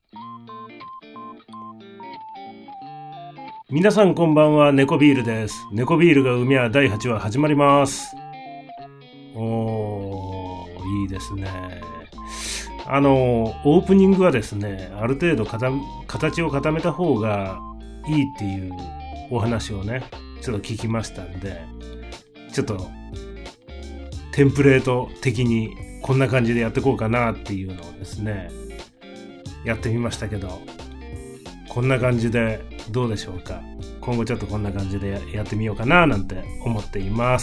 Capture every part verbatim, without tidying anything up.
皆さんこんばんは、猫ビールです。猫ビールが海はだいはちわ始まります。おー、いいですね。あの、オープニングはですね、ある程度かた形を固めた方がいいっていうお話をね、ちょっと聞きましたんで、ちょっとテンプレート的にこんな感じでやっていこうかなっていうのをですね、やってみましたけど、こんな感じでどうでしょうか。今後ちょっとこんな感じでやってみようかななんて思っています。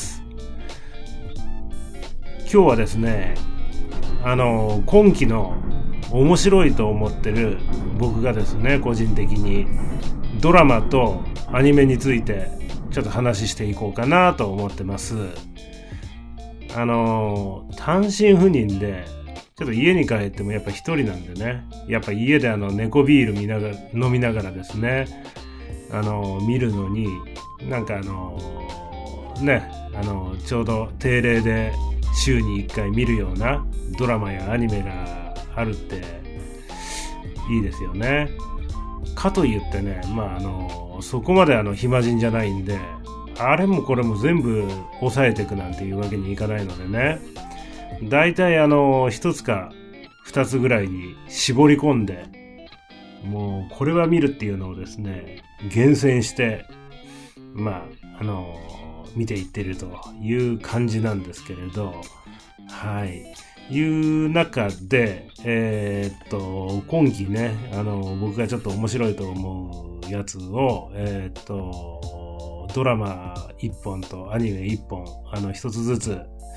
今日はですね、あの今期の面白いと思ってる僕がですね、個人的にドラマとアニメについてちょっと話していこうかなと思ってます。あの単身赴任でちょっと家に帰ってもやっぱ一人なんでね、やっぱ家であの猫ビール見ながら飲みながらですね、あの見るのになんかあのね、あのちょうど定例で週にいっかい見るようなドラマやアニメがあるっていいですよね。かといってね、まああのそこまであの暇人じゃないんで、あれもこれも全部抑えていくなんていうわけにいかないのでね、だいたいあの一つか二つぐらいに絞り込んで、もうこれは見るっていうのをですね、厳選してまああの見ていってるという感じなんですけれど、はいいう中でえー、っと今期ね、あの僕がちょっと面白いと思うやつをえー、っとドラマいっぽんとアニメいっぽん、あの一つずつ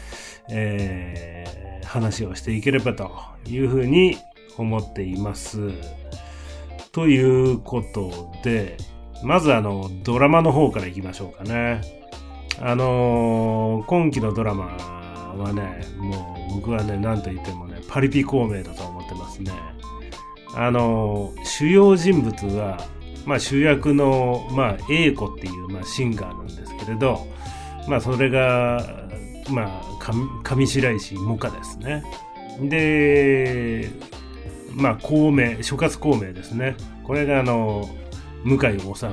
えー、話をしていければというふうに思っています。ということで、まずあのドラマの方からいきましょうかね。あのー、今期のドラマはね、もう僕はね、なんと言ってもね、パリピ孔明だと思ってますね。あのー、主要人物は、まあ主役の、まあ A 子っていう、まあシンガーなんですけれど、まあそれが、まあ上白石萌歌ですね。で、まあ孔明、諸葛孔明ですね。これがあの向井治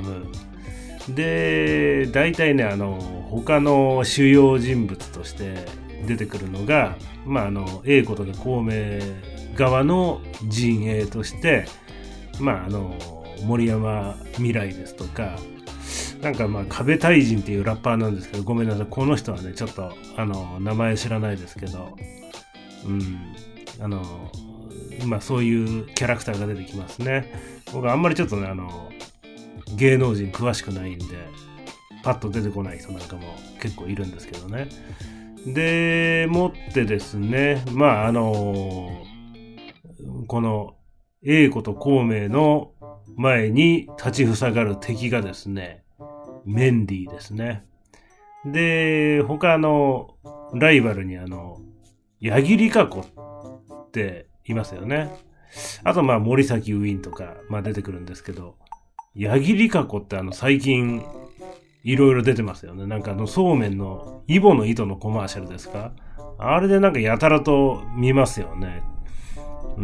で、大体ね、あの他の主要人物として出てくるのが、まああの A ことで孔明側の陣営として、まああの森山未來ですとか、なんかまあ壁大臣っていうラッパーなんですけど、ごめんなさい、この人はねちょっとあの名前知らないですけど、うんあのまあそういうキャラクターが出てきますね。僕はあんまりちょっとねあの芸能人詳しくないんでパッと出てこない人なんかも結構いるんですけどね。でもってですね、まああのこの A こと孔明の前に立ちふさがる敵がですね、メンディーですね。で、他のライバルにあの八木莉可子っていますよね。あとまあ森崎ウィンとかまあ出てくるんですけど、八木莉可子ってあの最近いろいろ出てますよね。なんかあのそうめんのイボの糸のコマーシャルですか？あれでなんかやたらと見ますよね。うん、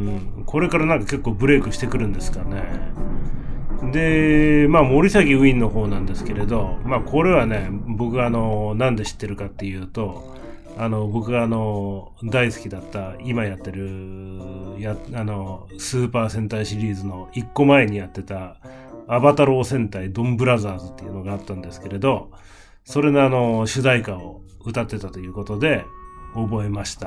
これからなんか結構ブレイクしてくるんですかね。で、まあ森崎ウィンの方なんですけれど、まあこれはね、僕があのなんで知ってるかっていうと、あの僕があの大好きだった今やってるやあのスーパー戦隊シリーズの一個前にやってたアバタロー戦隊ドンブラザーズっていうのがあったんですけれど、それのあの主題歌を歌ってたということで覚えました。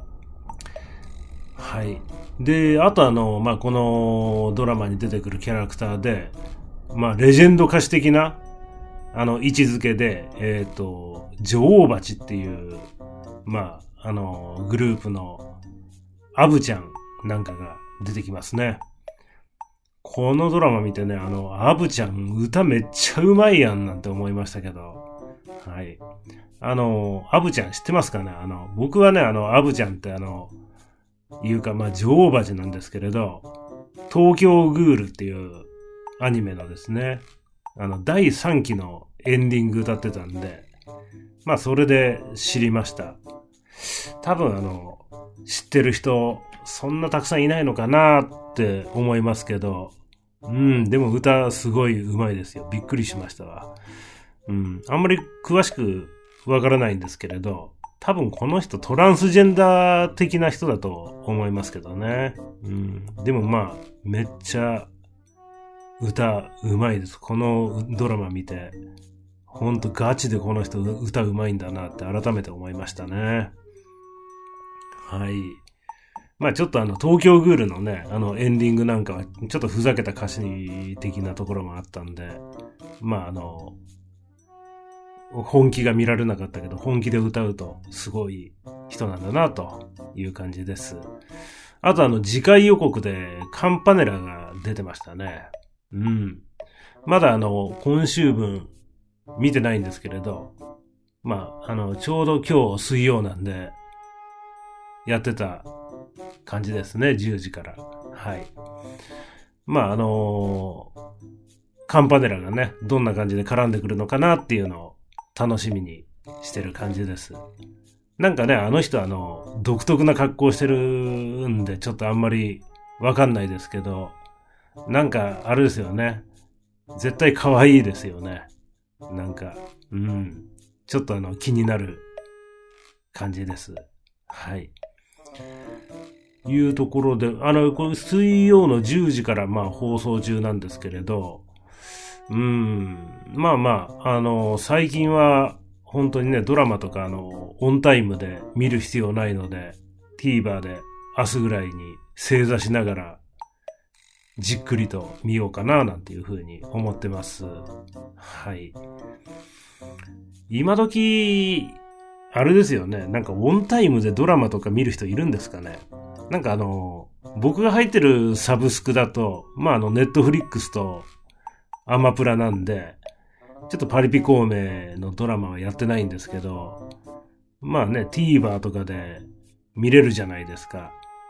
はい。で、あとあの、まあ、このドラマに出てくるキャラクターで、まあ、レジェンド歌手的な、あの、位置づけで、えっと、女王蜂っていう、まあ、あの、グループのアブちゃんなんかが出てきますね。このドラマ見てね、あの、アブちゃん歌めっちゃうまいやんなんて思いましたけど、はい。あの、アブちゃん知ってますかね？あの、僕はね、あの、アブちゃんってあの、いうか、まあ、女王蜂なんですけれど、東京グールっていうアニメのですね、あの、だいさんきのエンディング歌ってたんで、まあ、それで知りました。多分、あの、知ってる人そんなたくさんいないのかなって思いますけど、うん、でも歌すごい上手いですよ。びっくりしましたわ。うん、あんまり詳しくわからないんですけれど、多分この人トランスジェンダー的な人だと思いますけどね。うん、でもまあ、めっちゃ歌上手いです。このドラマ見て、ほんとガチでこの人歌上手いんだなって改めて思いましたね。はい。まあちょっとあの東京グールのね、あのエンディングなんかはちょっとふざけた歌詞的なところもあったんで、まああの、本気が見られなかったけど、本気で歌うとすごい人なんだなという感じです。あとあの次回予告でカンパネラが出てましたね。うん。まだあの今週分見てないんですけれど、まああのちょうど今日水曜なんでやってた感じですね、じゅうじから。はい。まああのカンパネラがね、どんな感じで絡んでくるのかなっていうのを楽しみにしてる感じです。なんかね、あの人あの、独特な格好してるんで、ちょっとあんまりわかんないですけど、なんかあれですよね。絶対可愛いですよね。なんか、うん。ちょっとあの、気になる感じです。はい。いうところで、あの、これ水曜のじゅうじからまあ放送中なんですけれど、うーん、まあまあ、あの、最近は本当にね、ドラマとかあの、オンタイムで見る必要ないので、TVer で明日ぐらいに正座しながら、じっくりと見ようかななんていうふうに思ってます。はい。今時、あれですよね。なんかオンタイムでドラマとか見る人いるんですかね。なんかあの、僕が入ってるサブスクだと、まああの、ネットフリックスとアマプラなんで、ちょっとパリピ孔明のドラマはやってないんですけど、まあね、TVer とかで見れるじゃないですか。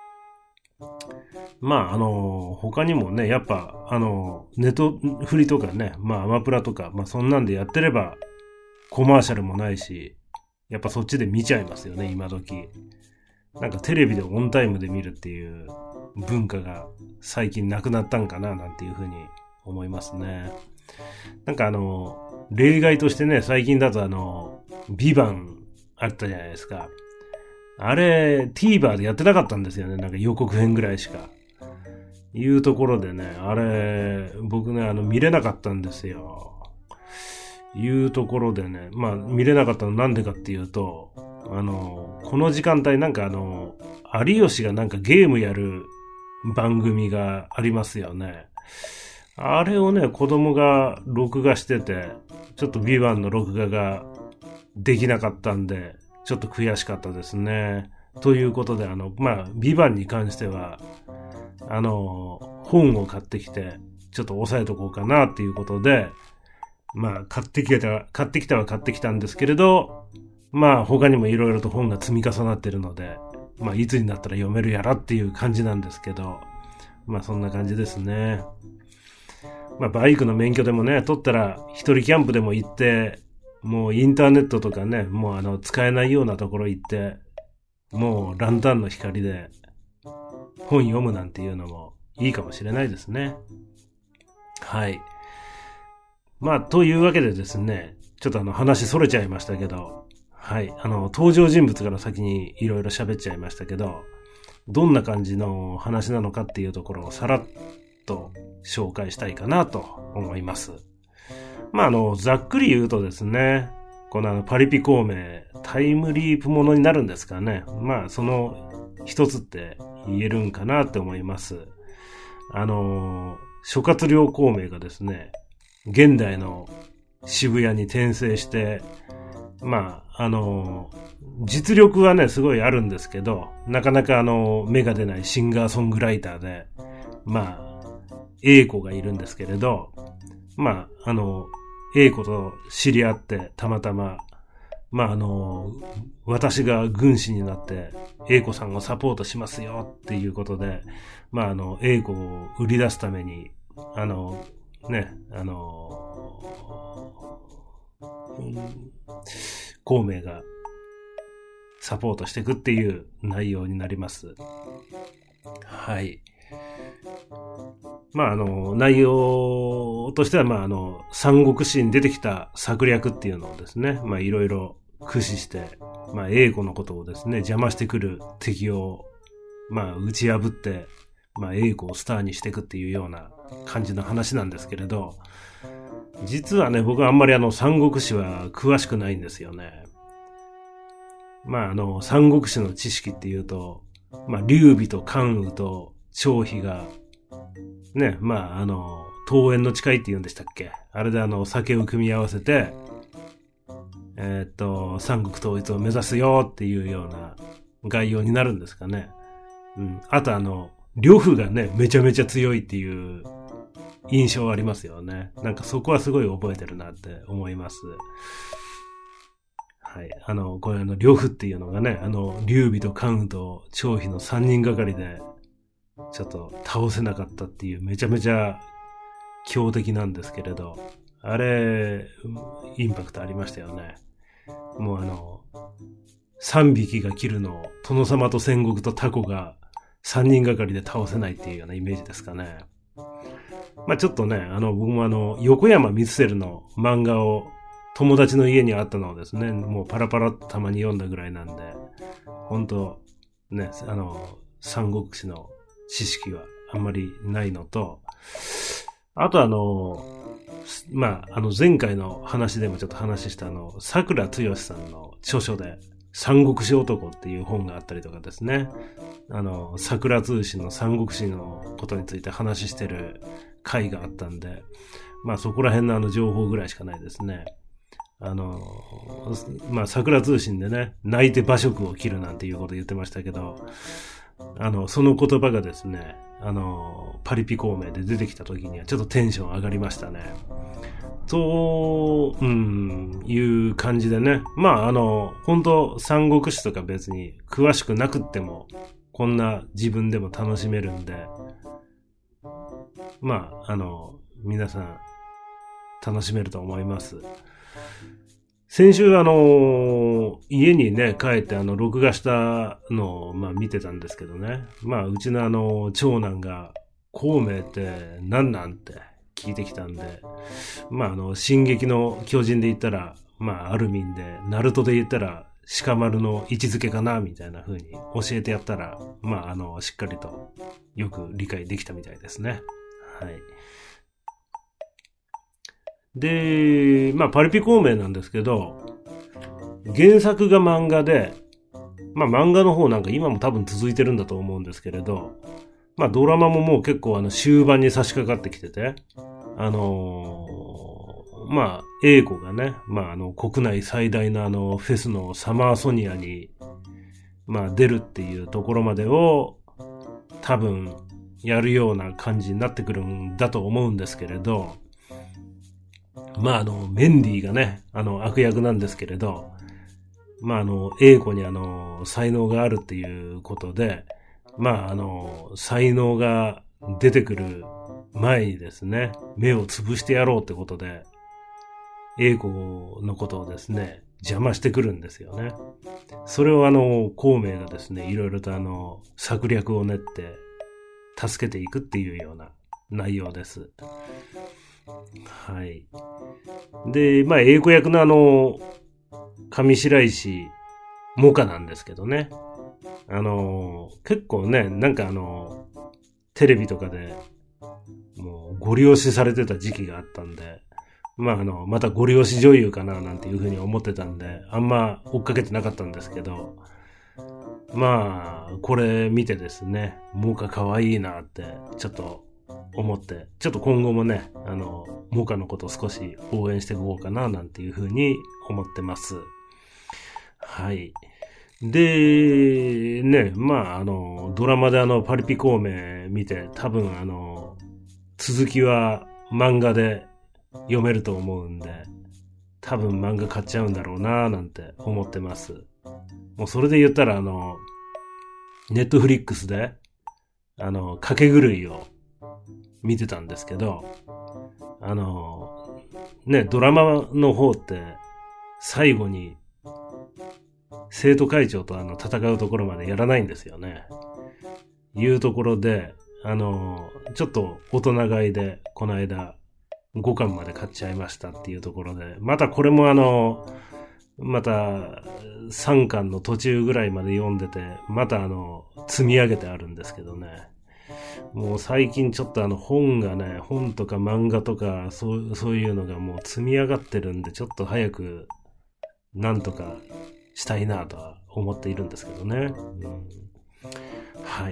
まああの、他にもね、やっぱあの、ネットフリとかね、まあアマプラとか、まあそんなんでやってればコマーシャルもないし、やっぱそっちで見ちゃいますよね、今時。なんかテレビでオンタイムで見るっていう文化が最近なくなったんかななんていうふうに思いますね。なんかあの、例外としてね、最近だとあの、ビバンあったじゃないですか。あれ、TVer でやってなかったんですよね。なんか予告編ぐらいしか。いうところでね、あれ、僕ね、あの、見れなかったんですよ。いうところでね、まあ、見れなかったのなんでかっていうと、あの、この時間帯なんかあの、有吉がなんかゲームやる番組がありますよね。あれをね、子供が録画してて、ちょっとビバンの録画ができなかったんで、ちょっと悔しかったですね。ということで、あの、まあ、ビバンに関しては、あの、本を買ってきて、ちょっと押さえとこうかなっていうことで、まあ、買ってきた、買ってきたは買ってきたんですけれど、まあ、他にもいろいろと本が積み重なってるので、まあ、いつになったら読めるやらっていう感じなんですけど、まあ、そんな感じですね。まあ、バイクの免許でもね、取ったら、一人キャンプでも行って、もうインターネットとかね、もうあの、使えないようなところ行って、もうランタンの光で本読むなんていうのもいいかもしれないですね。はい。まあ、というわけでですね、ちょっとあの話それちゃいましたけど、はい。あの、登場人物から先にいろいろ喋っちゃいましたけど、どんな感じの話なのかっていうところをさらっと紹介したいかなと思います。まあ、あの、ざっくり言うとですね、このあのパリピ孔明、タイムリープものになるんですかね。まあ、その一つって言えるんかなって思います。あの、諸葛亮孔明がですね、現代の渋谷に転生して、まあ、あの、実力はね、すごいあるんですけど、なかなかあの、芽が出ないシンガーソングライターで、まあ、英子がいるんですけれど、まあ、あの、英子と知り合って、たまたま、まあ、あの、私が軍師になって、英子さんをサポートしますよっていうことで、まあ、あの、英子を売り出すために、あの、ね、あの、うん、孔明がサポートしていくっていう内容になります。はい。まあ、あの、内容としては、まあ、あの、三国志に出てきた策略っていうのをですね、まあ、いろいろ駆使して、まあ、英語のことをですね、邪魔してくる敵を、まあ、打ち破って、まあ、英語をスターにしていくっていうような感じの話なんですけれど、実はね、僕はあんまりあの、三国志は詳しくないんですよね。まあ、あの、三国志の知識っていうと、まあ、劉備と関羽と張飛が、ね、まあ、あの、桃園の誓いって言うんでしたっけ？あれであの、酒を組み合わせて、えー、っと、三国統一を目指すよっていうような概要になるんですかね。うん。あとあの、呂布がね、めちゃめちゃ強いっていう印象ありますよね。なんかそこはすごい覚えてるなって思います。はい。あの、これあの、呂布っていうのがね、あの、劉備と関羽と張飛の三人がかりで、ちょっと倒せなかったっていうめちゃめちゃ強敵なんですけれど、あれ、インパクトありましたよね。もうあの、三匹が切るのを殿様と戦国とタコが三人がかりで倒せないっていうようなイメージですかね。まあちょっとね、あの、僕もあの、横山光輝の漫画を友達の家にあったのをですね、もうパラパラっとたまに読んだぐらいなんで、本当ね、あの、三国志の知識はあんまりないのと、あとあの、まあ、あの前回の話でもちょっと話したあの、桜つよしさんの著書で、三国志男っていう本があったりとかですね、あの、桜通信の三国志のことについて話してる回があったんで、まあそこら辺のあの情報ぐらいしかないですね。あの、まあ桜通信でね、泣いて馬謖を切るなんていうこと言ってましたけど、あの、その言葉がですね、あの、パリピ孔明で出てきた時にはちょっとテンション上がりましたね。と、うん、いう感じでね。まあ、あの、本当三国志とか別に詳しくなくっても、こんな自分でも楽しめるんで、まあ、あの、皆さん、楽しめると思います。先週あの、家にね、帰ってあの、録画したのを、まあ見てたんですけどね。まあ、うちのあの、長男が、孔明って何なんて聞いてきたんで、まああの、進撃の巨人で言ったら、まあ、アルミンで、ナルトで言ったら、鹿丸の位置づけかな、みたいな風に教えてやったら、まああの、しっかりとよく理解できたみたいですね。はい。で、まあ、パリピ孔明なんですけど、原作が漫画で、まあ、漫画の方なんか今も多分続いてるんだと思うんですけれど、まあ、ドラマももう結構あの終盤に差し掛かってきてて、あのー、まあ、英子がね、まあ、あの、国内最大のあの、フェスのサマーソニアに、まあ、出るっていうところまでを、多分、やるような感じになってくるんだと思うんですけれど、まあ、あの、メンディーがね、あの、悪役なんですけれど、まあ、あの、英子にあの、才能があるっていうことで、まあ、あの、才能が出てくる前にですね、目を潰してやろうってことで、英子のことをですね、邪魔してくるんですよね。それをあの、孔明がですね、いろいろとあの、策略を練って、助けていくっていうような内容です。はい。で、まあ、英子役のあの、上白石萌歌なんですけどね。あの、結構ね、なんかあの、テレビとかで、もう、ご利用しされてた時期があったんで、まああの、またご利用し女優かななんていうふうに思ってたんで、あんま追っかけてなかったんですけど、まあ、これ見てですね、萌歌可愛いなって、ちょっと思って、ちょっと今後もね、あの、萌歌のことを少し応援していこうかななんていうふうに思ってます。はい。で、ね、まあ、あの、ドラマであの、パリピ孔明見て、多分あの、続きは漫画で読めると思うんで、多分漫画買っちゃうんだろうななんて思ってます。もうそれで言ったらあの、ネットフリックスで、あの、賭け狂いを見てたんですけど、あの、ね、ドラマの方って、最後に、 生徒会長とあの戦うところまでやらないんですよね。いうところで、あの、ちょっと大人買いで、この間、ごかんまで買っちゃいましたっていうところで、またこれもあの、またさんかんの途中ぐらいまで読んでて、またあの、積み上げてあるんですけどね。もう最近ちょっとあの本がね、本とか漫画とか、そう、そういうのがもう積み上がってるんで、ちょっと早く、なんとかしたいなとは思っているんですけどね。うん、はい。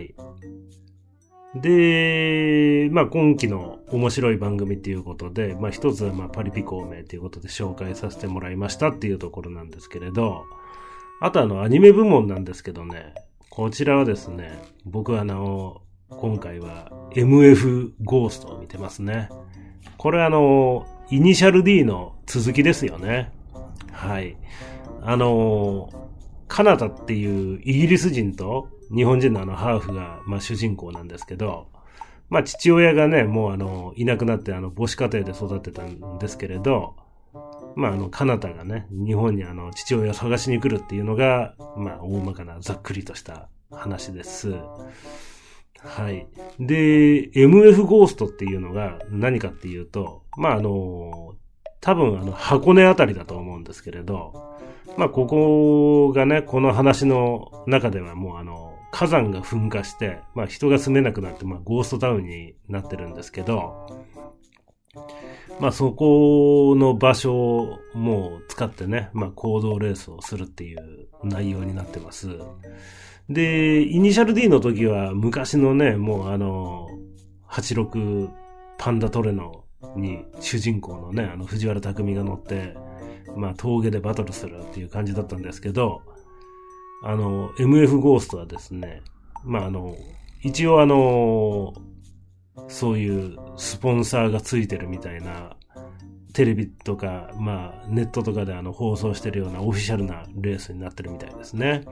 で、まあ今期の面白い番組っていうことで、まあ一つはまあパリピ孔明っていうことで紹介させてもらいましたっていうところなんですけれど、あとあのアニメ部門なんですけどね、こちらはですね、僕はあの、今回は エムエフ ゴーストを見てますね。これはあの、イニシャル D の続きですよね。はい。あの、カナダっていうイギリス人と日本人のあのハーフが、まあ主人公なんですけど、まあ父親がね、もうあの、いなくなってあの、母子家庭で育てたんですけれど、まああの、カナダがね、日本にあの、父親を探しに来るっていうのが、まあ大まかなざっくりとした話です。はい。で、エムエフ ゴーストっていうのが何かっていうと、まああの、多分あの、箱根あたりだと思うんですけれど、まあここがね、この話の中ではもうあの、火山が噴火して、まあ人が住めなくなって、まあゴーストタウンになってるんですけど、まあそこの場所をもう使ってね、まあ行動レースをするっていう内容になってます。で、イニシャル D の時は昔のね、もうあの、はちじゅうろくパンダトレノに主人公のね、あの藤原匠が乗って、まあ峠でバトルするっていう感じだったんですけど、あの、エムエフ ゴーストはですね、まああの、一応あの、そういうスポンサーがついてるみたいな、テレビとか、まあネットとかであの放送してるようなオフィシャルなレースになってるみたいですね。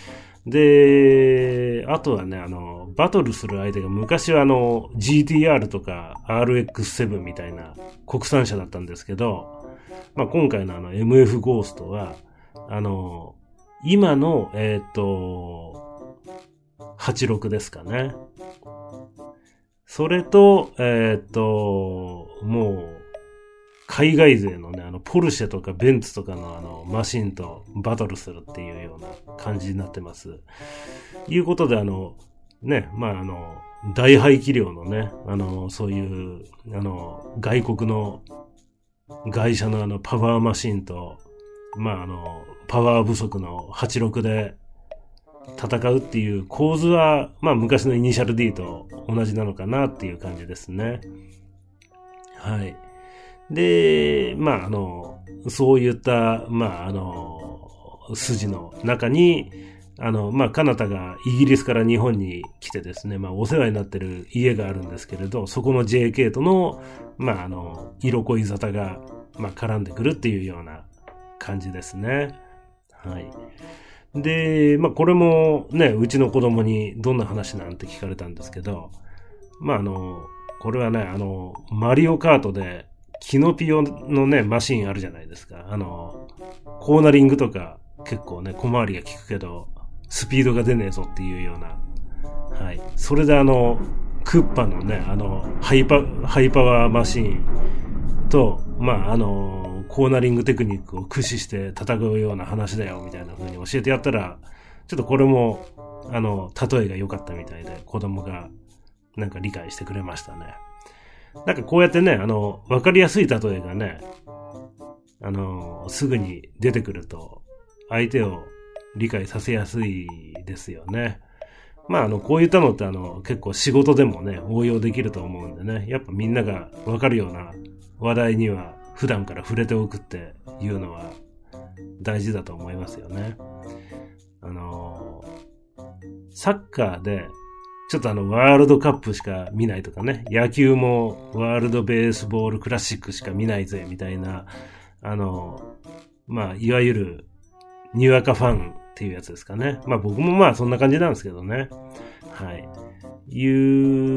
で、あとはね、あの、バトルする相手が昔はあの、ジーティーアール とか アールエックスセブン みたいな国産車だったんですけど、まあ今回のあの エムエフ ゴーストは、あの、今の、えっと、はちじゅうろくですかね。それと、えっと、もう、海外勢のね、あの、ポルシェとかベンツとかのあの、マシンとバトルするっていうような感じになってます。いうことであの、ね、まああの、大排気量のね、あの、そういう、あの、外国の会社のあの、パワーマシンと、まああの、パワー不足のはちじゅうろくで戦うっていう構図は、まあ昔のイニシャル D と同じなのかなっていう感じですね。はい。で、まあ、あの、そういった、まあ、あの、筋の中に、あの、まあ、カナタがイギリスから日本に来てですね、まあ、お世話になってる家があるんですけれど、そこの ジェーケー との、まあ、あの、色恋沙汰が、まあ、絡んでくるっていうような感じですね。はい。で、まあ、これもね、うちの子供にどんな話なんて聞かれたんですけど、まあ、あの、これはね、あの、マリオカートで、キノピオのね、マシンあるじゃないですか。あの、コーナリングとか結構ね、小回りが効くけど、スピードが出ねえぞっていうような。はい。それであの、クッパのね、あの、ハイパ、ハイパワーマシンと、まあ、あの、コーナリングテクニックを駆使して戦うような話だよ、みたいな風に教えてやったら、ちょっとこれも、あの、例えが良かったみたいで、子供がなんか理解してくれましたね。なんかこうやってね、あの、わかりやすい例えがね、あの、すぐに出てくると、相手を理解させやすいですよね。まあ、あの、こういったのってあの、結構仕事でもね、応用できると思うんでね、やっぱみんながわかるような話題には普段から触れておくっていうのは大事だと思いますよね。あの、サッカーで、ちょっとあの、ワールドカップしか見ないとかね、野球もワールドベースボールクラシックしか見ないぜ、みたいな、あの、まあ、いわゆる、にわかファンっていうやつですかね。まあ僕もまあそんな感じなんですけどね。はい。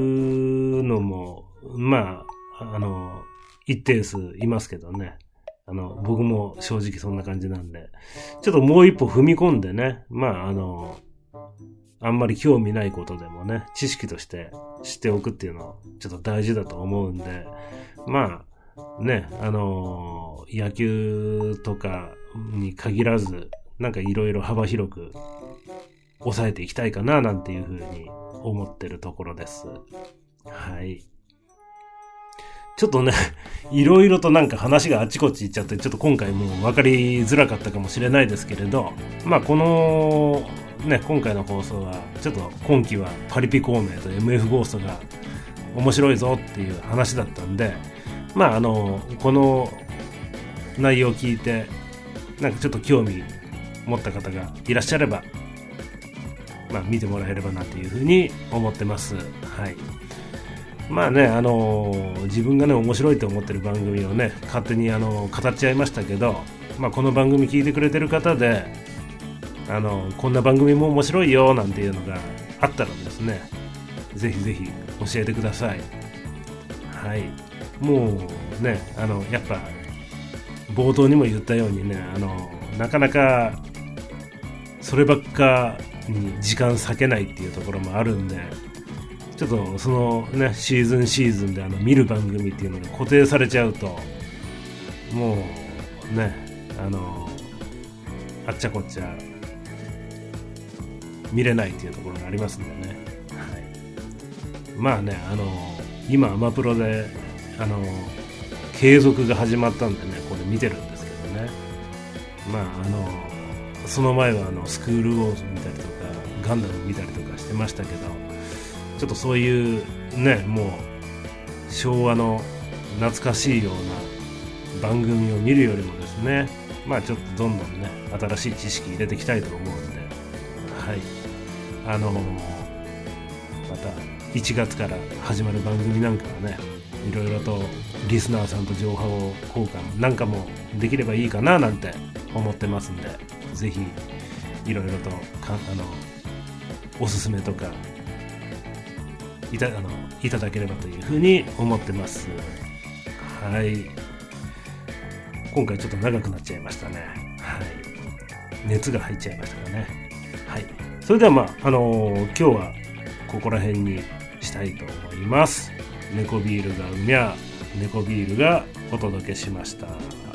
いうのも、まあ、あの、一定数いますけどね。 あの、僕も正直そんな感じなんで、ちょっともう一歩踏み込んでね、まあ、あの、あんまり興味ないことでもね、知識として知っておくっていうのはちょっと大事だと思うんで、まあ、ね、あの、野球とかに限らず、なんかいろいろ幅広く抑えていきたいかな、なんていうふうに思ってるところです。はい。ちょっとね、いろいろとなんか話があちこち行っちゃって、ちょっと今回もう分かりづらかったかもしれないですけれど、まあこの、ね、今回の放送は、ちょっと今期はパリピ孔明と エムエフ ゴーストが面白いぞっていう話だったんで、まああの、この内容を聞いて、なんかちょっと興味持った方がいらっしゃれば、まあ見てもらえればなというふうに思ってます。はい。まあね、あのー、自分がね、面白いと思ってる番組をね、勝手にあのー、語っちゃいましたけど、まあこの番組聞いてくれてる方で、あのー、こんな番組も面白いよなんていうのがあったらですね、ぜひぜひ教えてください。はい。もうね、あの、やっぱ、冒頭にも言ったようにね、あのー、なかなか、そればっかに時間割けないっていうところもあるんで、ちょっとそのねシーズンシーズンであの見る番組っていうのが固定されちゃうともうねあのあっちゃこっちゃ見れないっていうところがありますんでね、はい、まあねあの今アマプロであの継続が始まったんでねこれ見てるんですけどね、まああのその前はあのスクールウォーズ見たりとかガンダム見たりとかしてましたけど、ちょっとそういうねもう昭和の懐かしいような番組を見るよりもですね、まあちょっとどんどんね新しい知識入れていきたいと思うんで、はいあのー、またいちがつから始まる番組なんかはねいろいろとリスナーさんと情報交換なんかもできればいいかななんて思ってますんで、ぜひいろいろとかあのおすすめとかいた、あの、いただければというふうに思ってます。はい。今回ちょっと長くなっちゃいましたね。はい。熱が入っちゃいましたかね。はい。それではまあ、あのー、今日はここら辺にしたいと思います。猫ビールがうみゃ、猫ビールがお届けしました。